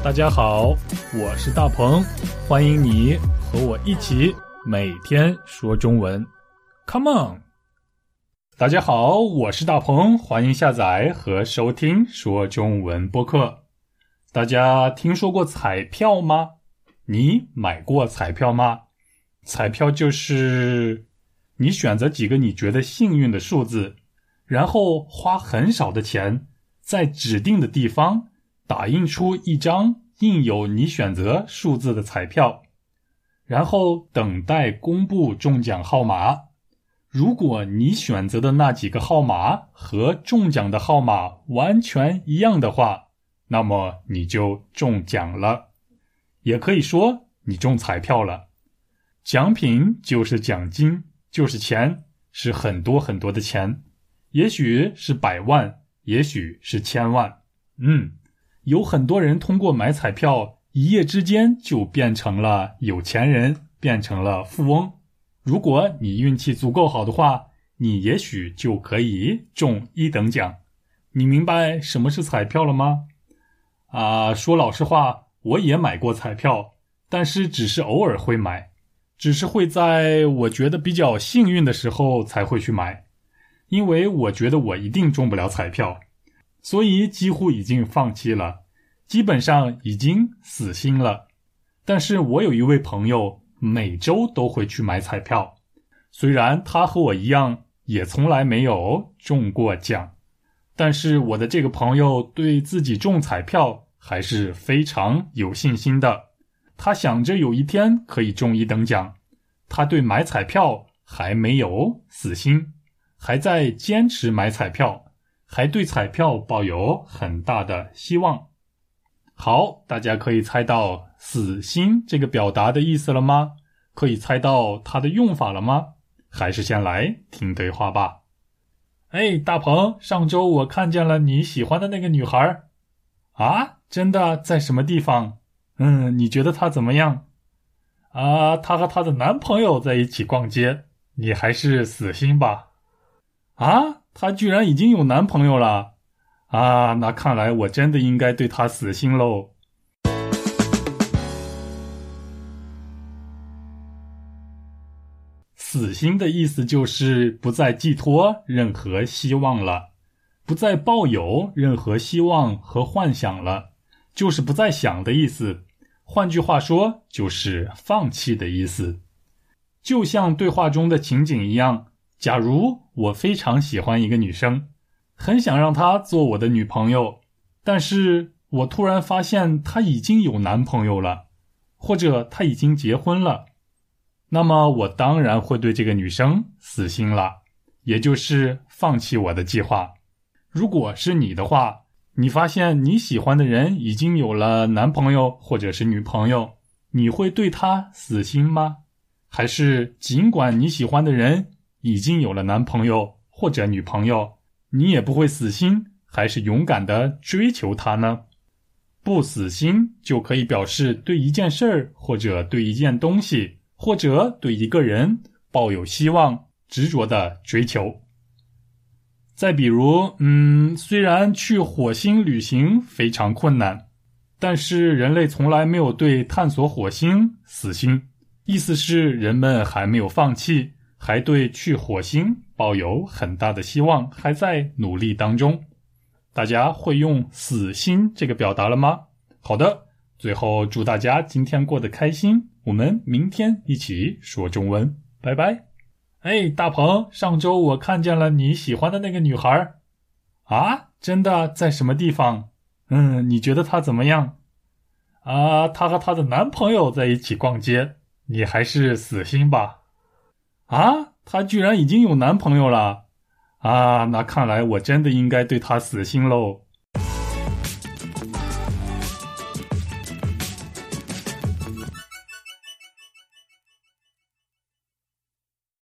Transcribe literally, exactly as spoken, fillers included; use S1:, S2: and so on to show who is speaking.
S1: 大家好，我是大鹏，欢迎你和我一起每天说中文 Come on。 大家好，我是大鹏，欢迎下载和收听说中文播客。大家听说过彩票吗？你买过彩票吗？彩票就是你选择几个你觉得幸运的数字，然后花很少的钱在指定的地方打印出一张印有你选择数字的彩票，然后等待公布中奖号码。如果你选择的那几个号码和中奖的号码完全一样的话，那么你就中奖了，也可以说你中彩票了。奖品就是奖金，就是钱，是很多很多的钱，也许是百万，也许是千万。嗯，有很多人通过买彩票，一夜之间就变成了有钱人，变成了富翁。如果你运气足够好的话，你也许就可以中一等奖。你明白什么是彩票了吗？啊，说老实话，我也买过彩票，但是只是偶尔会买，只是会在我觉得比较幸运的时候才会去买，因为我觉得我一定中不了彩票，所以几乎已经放弃了，基本上已经死心了。但是我有一位朋友每周都会去买彩票，虽然他和我一样也从来没有中过奖，但是我的这个朋友对自己中彩票还是非常有信心的。他想着有一天可以中一等奖，他对买彩票还没有死心，还在坚持买彩票，还对彩票抱有很大的希望。好，大家可以猜到死心这个表达的意思了吗？可以猜到它的用法了吗？还是先来听对话吧。哎，大鹏，上周我看见了你喜欢的那个女孩。啊，真的？在什么地方？嗯，你觉得她怎么样？啊，她和她的男朋友在一起逛街，你还是死心吧。啊，她居然已经有男朋友了。啊，那看来我真的应该对她死心喽。死心的意思就是不再寄托任何希望了，不再抱有任何希望和幻想了，就是不再想的意思。换句话说，就是放弃的意思。就像对话中的情景一样，假如我非常喜欢一个女生，很想让她做我的女朋友，但是我突然发现她已经有男朋友了，或者她已经结婚了，那么我当然会对这个女生死心了，也就是放弃我的计划。如果是你的话，你发现你喜欢的人已经有了男朋友或者是女朋友，你会对他死心吗？还是尽管你喜欢的人已经有了男朋友或者女朋友，你也不会死心，还是勇敢地追求他呢？不死心就可以表示对一件事儿，或者对一件东西，或者对一个人抱有希望，执着的追求。再比如，嗯，虽然去火星旅行非常困难，但是人类从来没有对探索火星死心，意思是人们还没有放弃，还对去火星抱有很大的希望，还在努力当中。大家会用死心这个表达了吗？好的，最后祝大家今天过得开心，我们明天一起说中文，拜拜。哎，大鹏，上周我看见了你喜欢的那个女孩。啊，真的？在什么地方？嗯，你觉得她怎么样？啊，她和她的男朋友在一起逛街，你还是死心吧。啊，她居然已经有男朋友了。啊，那看来我真的应该对她死心喽。